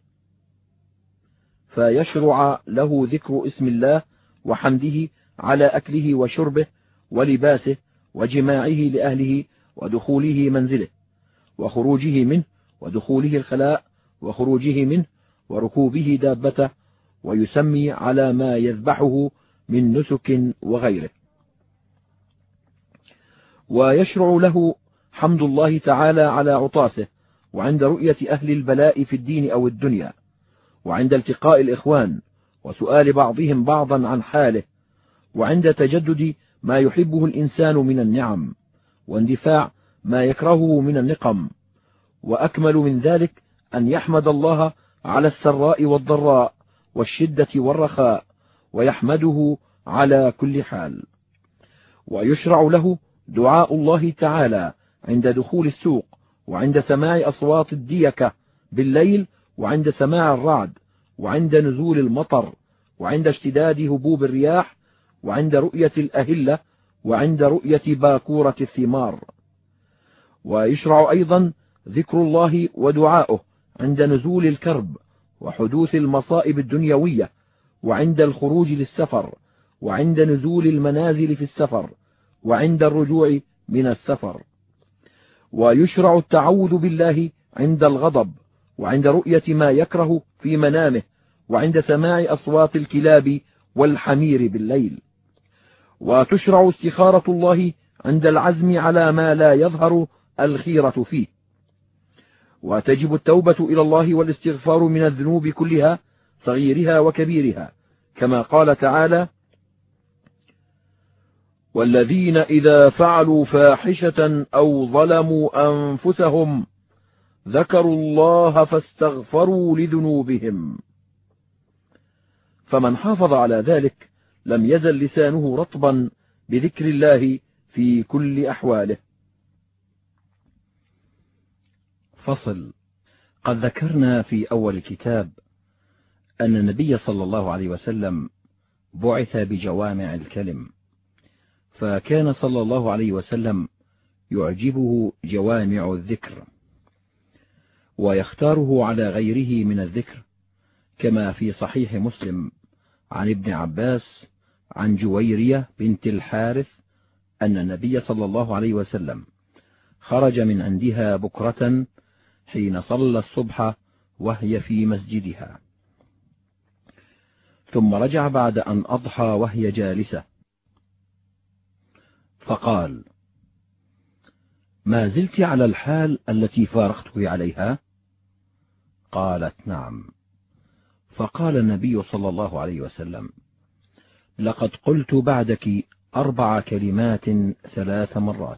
S1: فيشرع له ذكر اسم الله وحمده على أكله وشربه ولباسه وجماعه لأهله ودخوله منزله وخروجه منه ودخوله الخلاء وخروجه منه وركوبه دابته، ويسمي على ما يذبحه من نسك وغيره. ويشرع له حمد الله تعالى على عطاسه، وعند رؤية أهل البلاء في الدين أو الدنيا، وعند التقاء الإخوان وسؤال بعضهم بعضا عن حاله، وعند تجدد ما يحبه الإنسان من النعم، واندفاع ما يكرهه من النقم. وأكمل من ذلك أن يحمد الله على السراء والضراء والشدة والرخاء، ويحمده على كل حال. ويشرع له دعاء الله تعالى عند دخول السوق، وعند سماع أصوات الديكة بالليل، وعند سماع الرعد، وعند نزول المطر، وعند اشتداد هبوب الرياح، وعند رؤية الأهلة، وعند رؤية باكورة الثمار. ويشرع أيضا ذكر الله ودعاؤه عند نزول الكرب وحدوث المصائب الدنيوية، وعند الخروج للسفر، وعند نزول المنازل في السفر، وعند الرجوع من السفر. ويشرع التعوذ بالله عند الغضب، وعند رؤية ما يكره في منامه، وعند سماع أصوات الكلاب والحمير بالليل. وتشرع استخارة الله عند العزم على ما لا يظهر الخيرة فيه. وتجب التوبة إلى الله والاستغفار من الذنوب كلها صغيرها وكبيرها، كما قال تعالى: والذين إذا فعلوا فاحشة أو ظلموا أنفسهم ذكروا الله فاستغفروا لذنوبهم. فمن حافظ على ذلك لم يزل لسانه رطبا بذكر الله في كل أحواله. فصل. قد ذكرنا في أول الكتاب أن النبي صلى الله عليه وسلم بعث بجوامع الكلم، فكان صلى الله عليه وسلم يعجبه جوامع الذكر ويختاره على غيره من الذكر، كما في صحيح مسلم عن ابن عباس عن جويرية بنت الحارث أن النبي صلى الله عليه وسلم خرج من عندها بكرة حين صلى الصبح وهي في مسجدها، ثم رجع بعد أن أضحى وهي جالسة، فقال: ما زلت على الحال التي فارقته عليها؟ قالت: نعم. فقال النبي صلى الله عليه وسلم: لقد قلت بعدك 4 كلمات 3 مرات،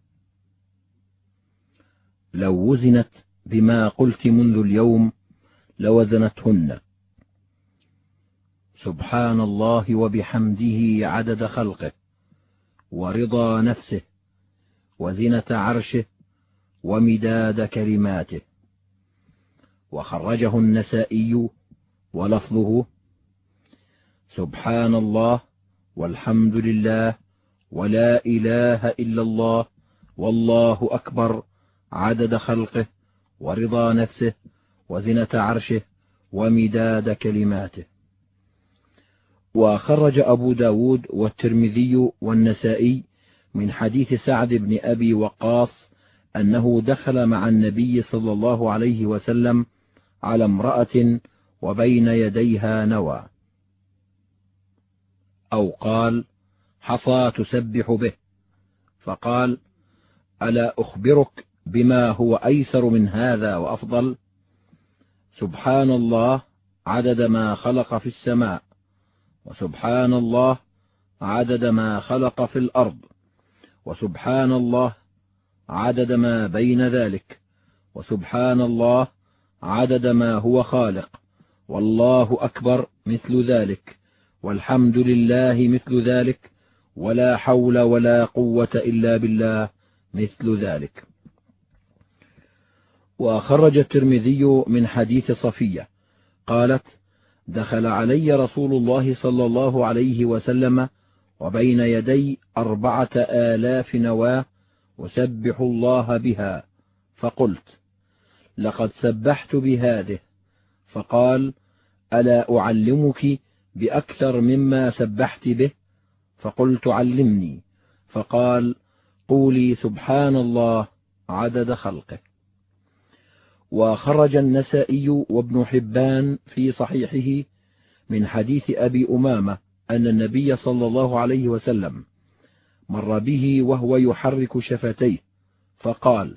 S1: لو وزنت بما قلت منذ اليوم لوزنتهن: سبحان الله وبحمده عدد خلقه، ورضا نفسه، وزنة عرشه، ومداد كلماته. وخرجه النسائي ولفظه: سبحان الله والحمد لله ولا إله إلا الله والله أكبر عدد خلقه، ورضا نفسه، وزنة عرشه، ومداد كلماته. وخرج أبو داود والترمذي والنسائي من حديث سعد بن أبي وقاص أنه دخل مع النبي صلى الله عليه وسلم على امرأة وبين يديها نوى، أو قال حصى تسبح به، فقال: ألا أخبرك بما هو أيسر من هذا وأفضل؟ سبحان الله عدد ما خلق في السماء، وسبحان الله عدد ما خلق في الأرض، وسبحان الله عدد ما بين ذلك، وسبحان الله عدد ما هو خالق، والله أكبر مثل ذلك، والحمد لله مثل ذلك، ولا حول ولا قوة إلا بالله مثل ذلك. وخرج الترمذي من حديث صفية قالت: دخل علي رسول الله صلى الله عليه وسلم وبين يدي 4000 نواة أسبح الله بها، فقلت: لقد سبحت بهذه، فقال: ألا أعلمك بأكثر مما سبحت به؟ فقلت: علمني. فقال: قولي سبحان الله عدد خلقه. وخرج النسائي وابن حبان في صحيحه من حديث أبي أمامة أن النبي صلى الله عليه وسلم مر به وهو يحرك شفتيه، فقال: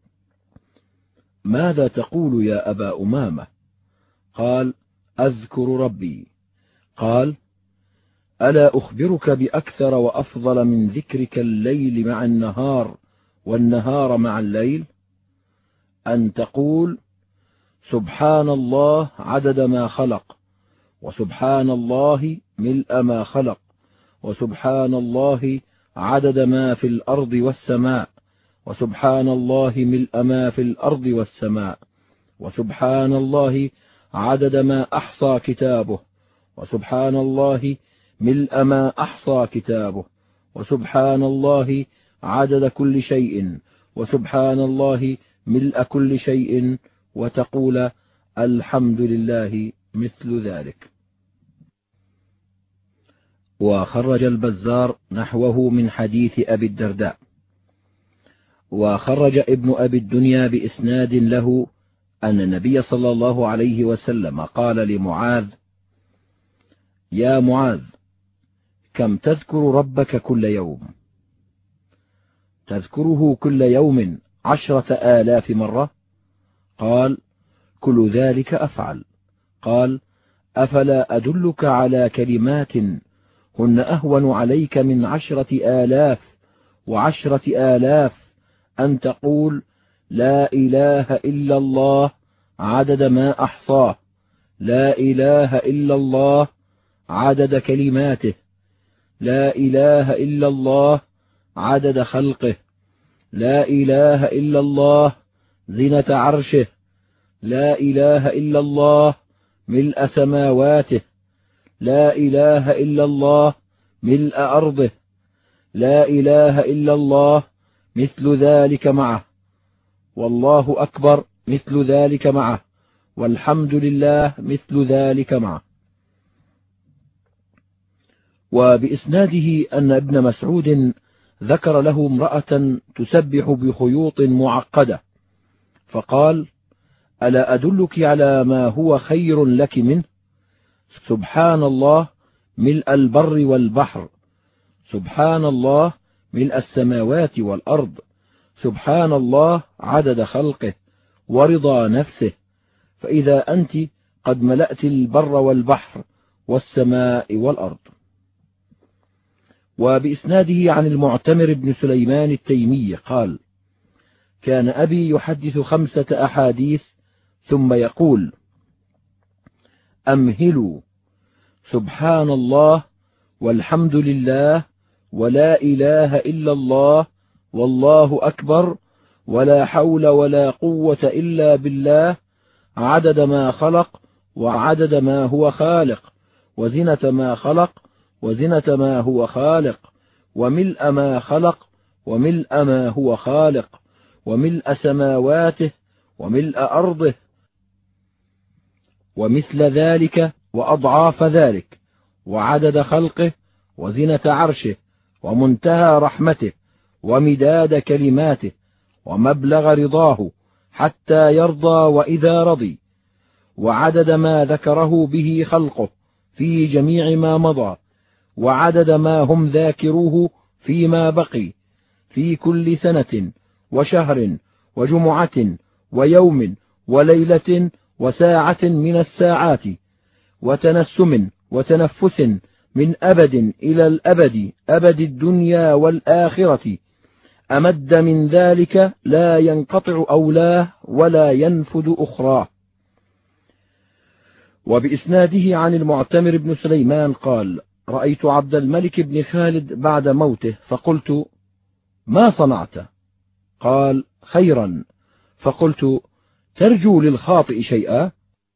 S1: ماذا تقول يا أبا أمامة؟ قال: أذكر ربي. قال: ألا أخبرك بأكثر وأفضل من ذكرك الليل مع النهار والنهار مع الليل؟ أن تقول: سبحان الله عدد ما خلق، وسبحان الله ملء ما خلق، وسبحان الله عدد ما في الأرض والسماء، وسبحان الله ملء ما في الأرض والسماء، وسبحان الله عدد ما أحصى كتابه، وسبحان الله ملء ما أحصى كتابه، وسبحان الله عدد كل شيء، وسبحان الله ملء كل شيء، وتقول: الحمد لله مثل ذلك. وخرج البزار نحوه من حديث أبي الدرداء. وخرج ابن أبي الدنيا بإسناد له أن النبي صلى الله عليه وسلم قال لمعاذ: يا معاذ، كم تذكر ربك كل يوم؟ تذكره كل يوم 10,000 مرة؟ قال: كل ذلك أفعل. قال: أفلا أدلك على كلمات هن أهون عليك من 10,000 و10,000 أن تقول: لا إله إلا الله عدد ما أحصاه، لا إله إلا الله عدد كلماته، لا إله إلا الله عدد خلقه، لا إله إلا الله زنة عرشه، لا إله إلا الله ملء سماواته، لا إله إلا الله ملء أرضه، لا إله إلا الله مثل ذلك معه، والله أكبر مثل ذلك معه، والحمد لله مثل ذلك معه. وبإسناده أن ابن مسعود ذكر له امرأة تسبح بخيوط معقدة، فقال: ألا أدلك على ما هو خير لك منه؟ سبحان الله ملء البر والبحر، سبحان الله ملء السماوات والأرض، سبحان الله عدد خلقه ورضا نفسه، فإذا أنت قد ملأت البر والبحر والسماء والأرض. وبإسناده عن المعتمر بن سليمان التيمي قال: كان أبي يحدث 5 أحاديث ثم يقول: أمهلوا، سبحان الله والحمد لله ولا إله إلا الله والله أكبر ولا حول ولا قوة إلا بالله، عدد ما خلق وعدد ما هو خالق، وزنة ما خلق وزنة ما هو خالق، وملء ما خلق وملء ما هو خالق، وملء سماواته وملء أرضه، ومثل ذلك وأضعاف ذلك، وعدد خلقه وزنة عرشه ومنتهى رحمته ومداد كلماته ومبلغ رضاه حتى يرضى وإذا رضي، وعدد ما ذكره به خلقه في جميع ما مضى، وعدد ما هم ذاكروه فيما بقي، في كل سنة وشهر وجمعة ويوم وليلة وساعة من الساعات، وتنسم وتنفس من أبد إلى الأبد، أبد الدنيا والآخرة، أمد من ذلك لا ينقطع أولاه ولا ينفد أخراه. وبإسناده عن المعتمر بن سليمان قال: رأيت عبد الملك بن خالد بعد موته فقلت: ما صنعت؟ قال: خيرا. فقلت: ترجو للخاطئ شيئا؟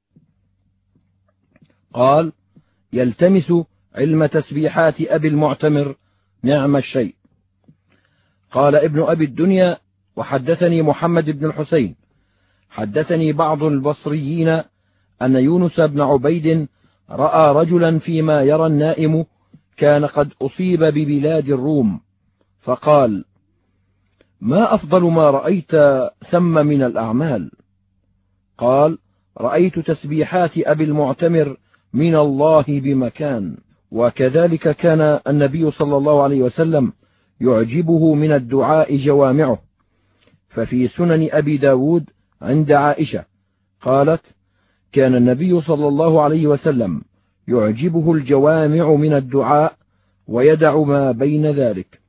S1: قال: يلتمس علم تسبيحات أبي المعتمر، نعم الشيء. قال ابن أبي الدنيا: وحدثني محمد بن الحسين حدثني بعض البصريين أن يونس بن عبيد رأى رجلا فيما يرى النائم كان قد أصيب ببلاد الروم، فقال: ما أفضل ما رأيت ثم من الأعمال؟ قال: رأيت تسبيحات أبي المعتمر من الله بمكان. وكذلك كان النبي صلى الله عليه وسلم يعجبه من الدعاء جوامعه، ففي سنن أبي داود عند عائشة قالت: كان النبي صلى الله عليه وسلم يعجبه الجوامع من الدعاء ويدع ما بين ذلك.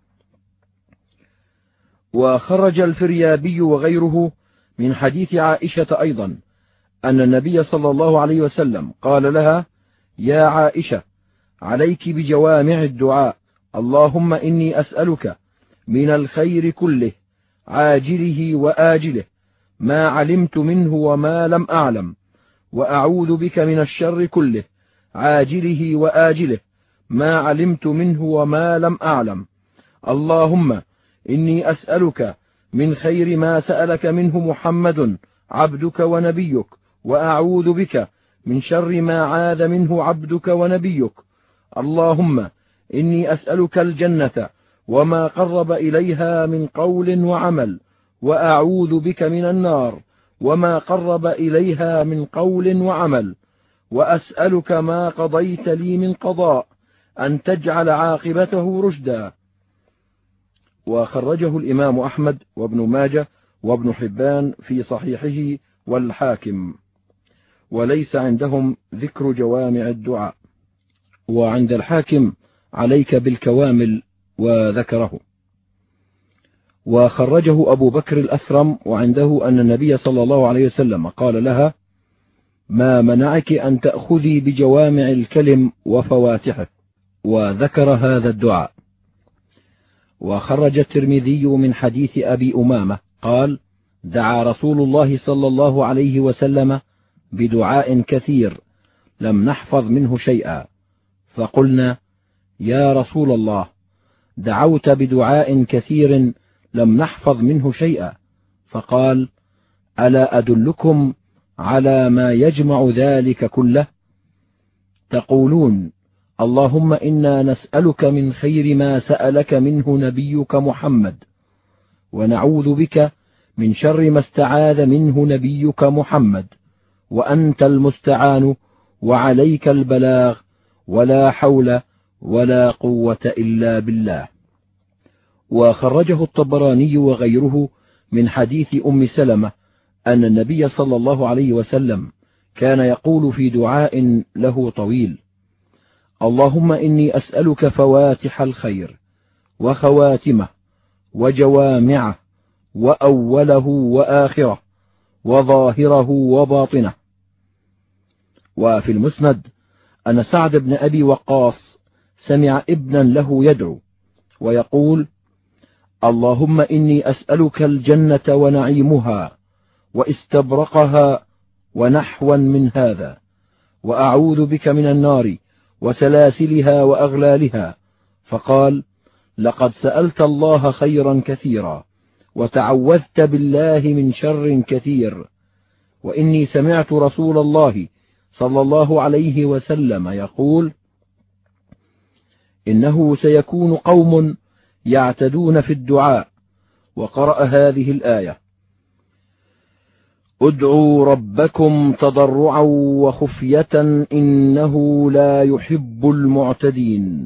S1: وخرج الفريابي وغيره من حديث عائشة أيضا أن النبي صلى الله عليه وسلم قال لها: يا عائشة، عليك بجوامع الدعاء، اللهم إني أسألك من الخير كله عاجله وآجله ما علمت منه وما لم أعلم، وأعوذ بك من الشر كله عاجله وآجله ما علمت منه وما لم أعلم، اللهم إني أسألك من خير ما سألك منه محمد عبدك ونبيك، وأعوذ بك من شر ما عاذ منه عبدك ونبيك، اللهم إني أسألك الجنة وما قرب إليها من قول وعمل، وأعوذ بك من النار وما قرب إليها من قول وعمل، وأسألك ما قضيت لي من قضاء أن تجعل عاقبته رشدا. وخرجه الإمام أحمد وابن ماجه وابن حبان في صحيحه والحاكم، وليس عندهم ذكر جوامع الدعاء. وعند الحاكم عليك بالكوامل وذكره. وخرجه أبو بكر الأثرم وعنده أن النبي صلى الله عليه وسلم قال لها: ما منعك أن تأخذي بجوامع الكلم وفواتحه؟ وذكر هذا الدعاء. وخرج الترمذي من حديث أبي أمامة قال: دعا رسول الله صلى الله عليه وسلم بدعاء كثير لم نحفظ منه شيئا، فقلنا: يا رسول الله، دعوت بدعاء كثير لم نحفظ منه شيئا، فقال: ألا أدلكم على ما يجمع ذلك كله؟ تقولون: اللهم إنا نسألك من خير ما سألك منه نبيك محمد، ونعوذ بك من شر ما استعاذ منه نبيك محمد، وأنت المستعان وعليك البلاغ، ولا حول ولا قوة إلا بالله. وخرجه الطبراني وغيره من حديث أم سلمة أن النبي صلى الله عليه وسلم كان يقول في دعاء له طويل: اللهم إني أسألك فواتح الخير وخواتمه وجوامعه وأوله وآخره وظاهره وباطنه. وفي المسند أن سعد بن أبي وقاص سمع ابنا له يدعو ويقول: اللهم إني أسألك الجنة ونعيمها واستبرقها ونحوا من هذا، وأعوذ بك من النار وسلاسلها وأغلالها. فقال: لقد سألت الله خيرا كثيرا وتعوذت بالله من شر كثير، وإني سمعت رسول الله صلى الله عليه وسلم يقول: إنه سيكون قوم يعتدون في الدعاء، وقرأ هذه الآية: ادعوا ربكم تضرعا وخفية إنه لا يحب المعتدين.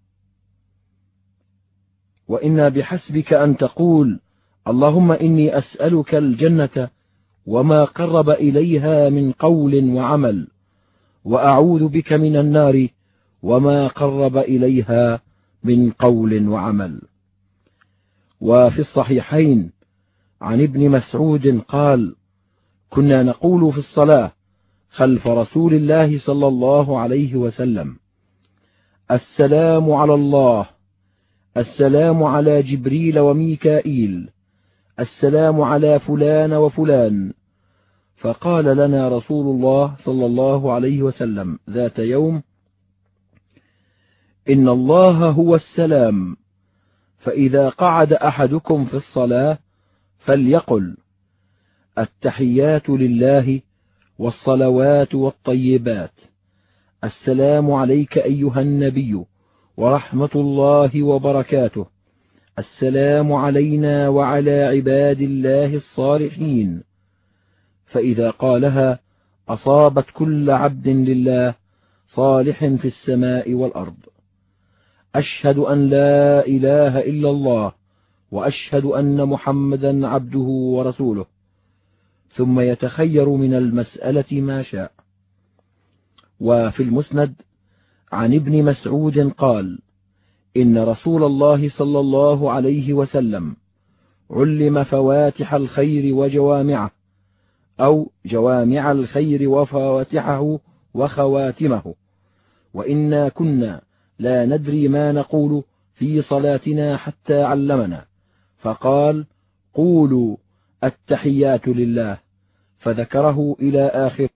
S1: وإن بحسبك أن تقول: اللهم إني أسألك الجنة وما قرب إليها من قول وعمل، وأعوذ بك من النار وما قرب إليها من قول وعمل. وفي الصحيحين عن ابن مسعود قال: كنا نقول في الصلاة خلف رسول الله صلى الله عليه وسلم: السلام على الله، السلام على جبريل وميكائيل، السلام على فلان وفلان. فقال لنا رسول الله صلى الله عليه وسلم ذات يوم: إن الله هو السلام، فإذا قعد أحدكم في الصلاة فليقل: التحيات لله والصلوات والطيبات، السلام عليك أيها النبي ورحمة الله وبركاته، السلام علينا وعلى عباد الله الصالحين. فإذا قالها أصابت كل عبد لله صالح في السماء والأرض. أشهد أن لا إله إلا الله وأشهد أن محمدا عبده ورسوله، ثم يتخير من المسألة ما شاء. وفي المسند عن ابن مسعود قال: إن رسول الله صلى الله عليه وسلم علم فواتح الخير وجوامعه، أو جوامع الخير وفواتحه وخواتمه، وإنا كنا لا ندري ما نقول في صلاتنا حتى علمنا، فقال: قولوا التحيات لله، فذكره إلى آخر